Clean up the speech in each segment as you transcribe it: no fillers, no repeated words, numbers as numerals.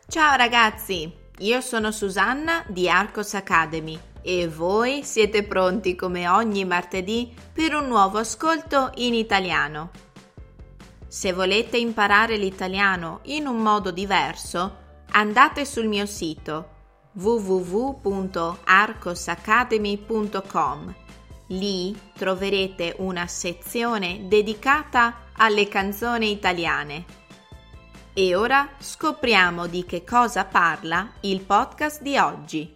Ciao ragazzi, io sono Susanna di Arcos Academy e voi siete pronti come ogni martedì per un nuovo ascolto in italiano. Se volete imparare l'italiano in un modo diverso, andate sul mio sito www.arcosacademy.com. Lì troverete una sezione dedicata alle canzoni italiane. E ora scopriamo di che cosa parla il podcast di oggi.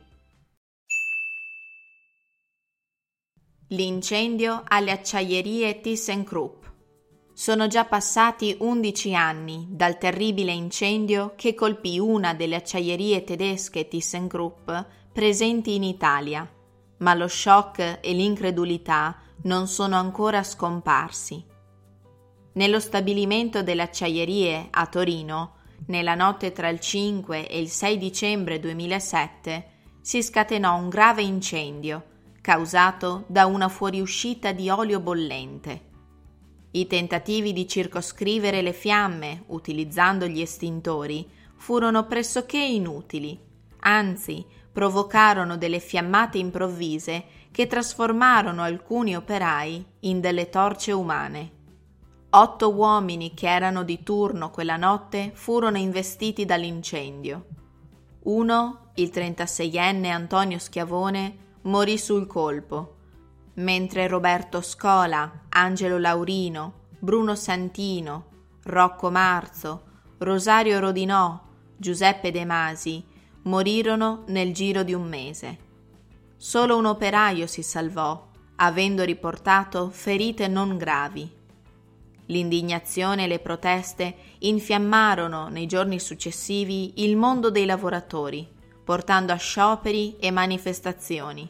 L'incendio alle acciaierie ThyssenKrupp. Sono già passati 11 anni dal terribile incendio che colpì una delle acciaierie tedesche ThyssenKrupp presenti in Italia, ma lo shock e l'incredulità non sono ancora scomparsi. Nello stabilimento delle acciaierie a Torino, nella notte tra il 5 e il 6 dicembre 2007, si scatenò un grave incendio causato da una fuoriuscita di olio bollente. I tentativi di circoscrivere le fiamme utilizzando gli estintori furono pressoché inutili, anzi provocarono delle fiammate improvvise che trasformarono alcuni operai in delle torce umane. 8 uomini che erano di turno quella notte furono investiti dall'incendio. Uno, il 36enne Antonio Schiavone, morì sul colpo, mentre Roberto Scola, Angelo Laurino, Bruno Santino, Rocco Marzo, Rosario Rodinò, Giuseppe De Masi morirono nel giro di un mese. Solo un operaio si salvò, avendo riportato ferite non gravi. L'indignazione e le proteste infiammarono nei giorni successivi il mondo dei lavoratori, portando a scioperi e manifestazioni.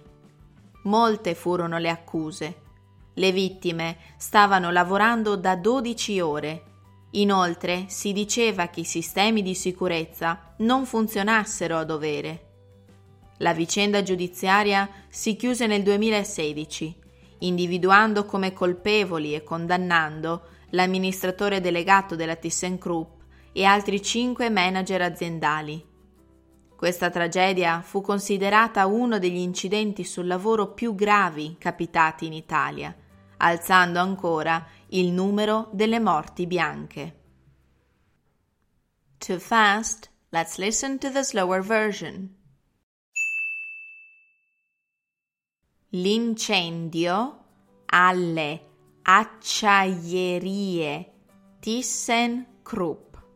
Molte furono le accuse. Le vittime stavano lavorando da 12 ore. Inoltre si diceva che i sistemi di sicurezza non funzionassero a dovere. La vicenda giudiziaria si chiuse nel 2016, individuando come colpevoli e condannando l'amministratore delegato della ThyssenKrupp e altri 5 manager aziendali. Questa tragedia fu considerata uno degli incidenti sul lavoro più gravi capitati in Italia, alzando ancora il numero delle morti bianche. Too fast? Let's listen to the slower version. L'incendio alle acciaierie ThyssenKrupp.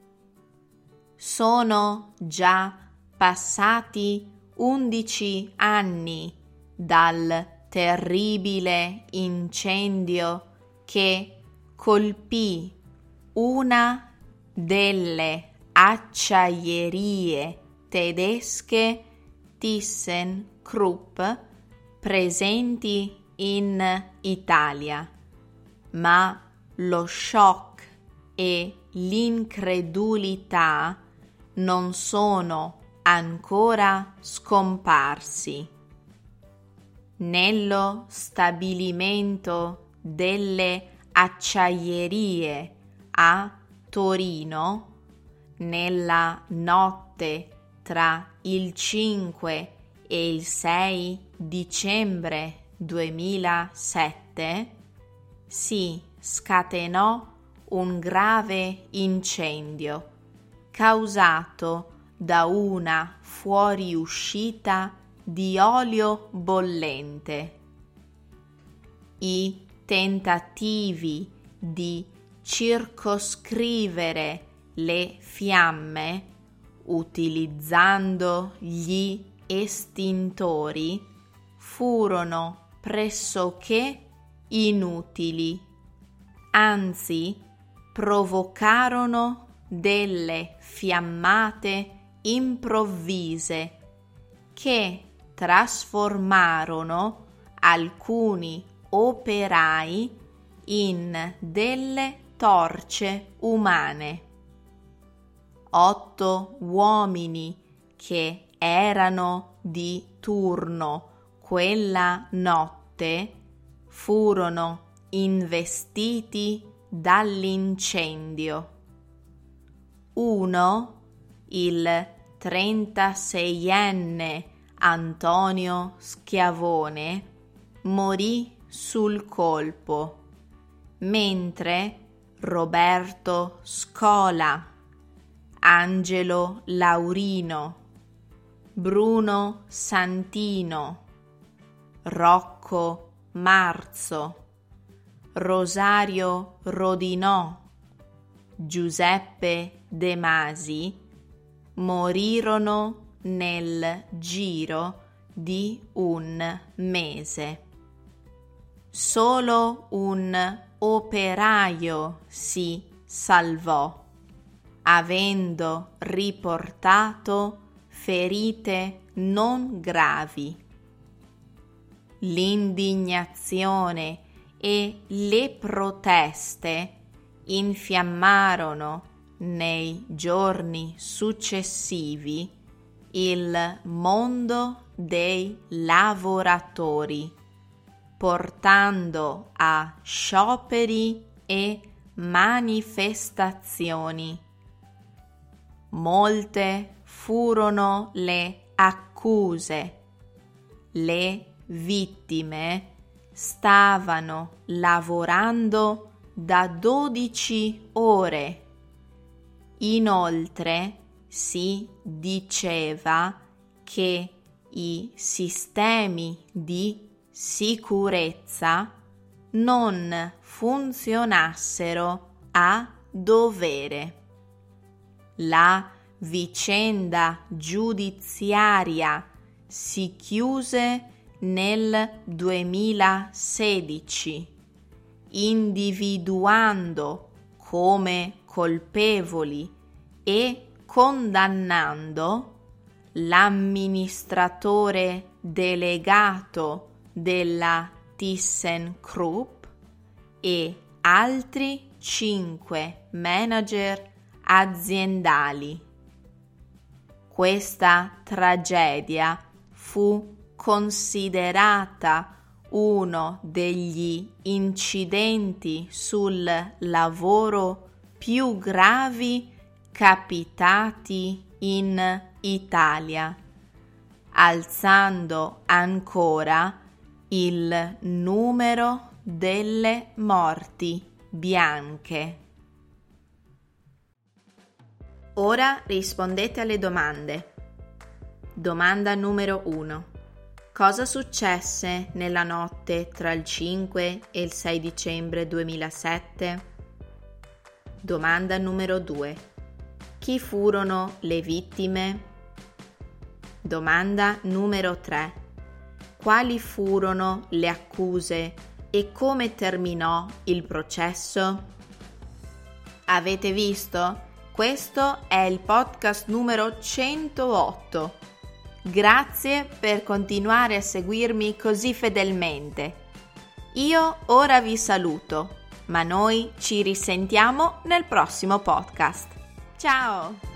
Sono già passati 11 anni dal terribile incendio che colpì una delle acciaierie tedesche ThyssenKrupp presenti in Italia, ma lo shock e l'incredulità non sono ancora scomparsi. Nello stabilimento delle acciaierie a Torino, nella notte tra il 5 e il 6 dicembre 2007, si scatenò un grave incendio causato da una fuoriuscita di olio bollente. I tentativi di circoscrivere le fiamme utilizzando gli estintori furono pressoché inutili, anzi provocarono delle fiammate improvvise che trasformarono alcuni operai in delle torce umane. 8 uomini che erano di turno quella notte furono investiti dall'incendio. Uno, il 36enne Antonio Schiavone morì sul colpo, mentre Roberto Scola, Angelo Laurino, Bruno Santino, Rocco Marzo, Rosario Rodinò, Giuseppe De Masi morirono nel giro di un mese. Solo un operaio si salvò, avendo riportato ferite non gravi. L'indignazione e le proteste infiammarono nei giorni successivi il mondo dei lavoratori, portando a scioperi e manifestazioni. Molte furono le accuse. Le vittime stavano lavorando da 12 ore. Inoltre si diceva che i sistemi di sicurezza non funzionassero a dovere. La vicenda giudiziaria si chiuse nel 2016, individuando come colpevoli e condannando l'amministratore delegato della ThyssenKrupp e altri 5 manager aziendali. Questa tragedia fu considerata uno degli incidenti sul lavoro più gravi capitati in Italia, alzando ancora il numero delle morti bianche. Ora rispondete alle domande. Domanda numero 1. Cosa successe nella notte tra il 5 e il 6 dicembre 2007? Domanda numero 2. Chi furono le vittime? Domanda numero 3. Quali furono le accuse e come terminò il processo? Avete visto? Questo è il podcast numero 108. Grazie per continuare a seguirmi così fedelmente. Io ora vi saluto, ma noi ci risentiamo nel prossimo podcast. Ciao!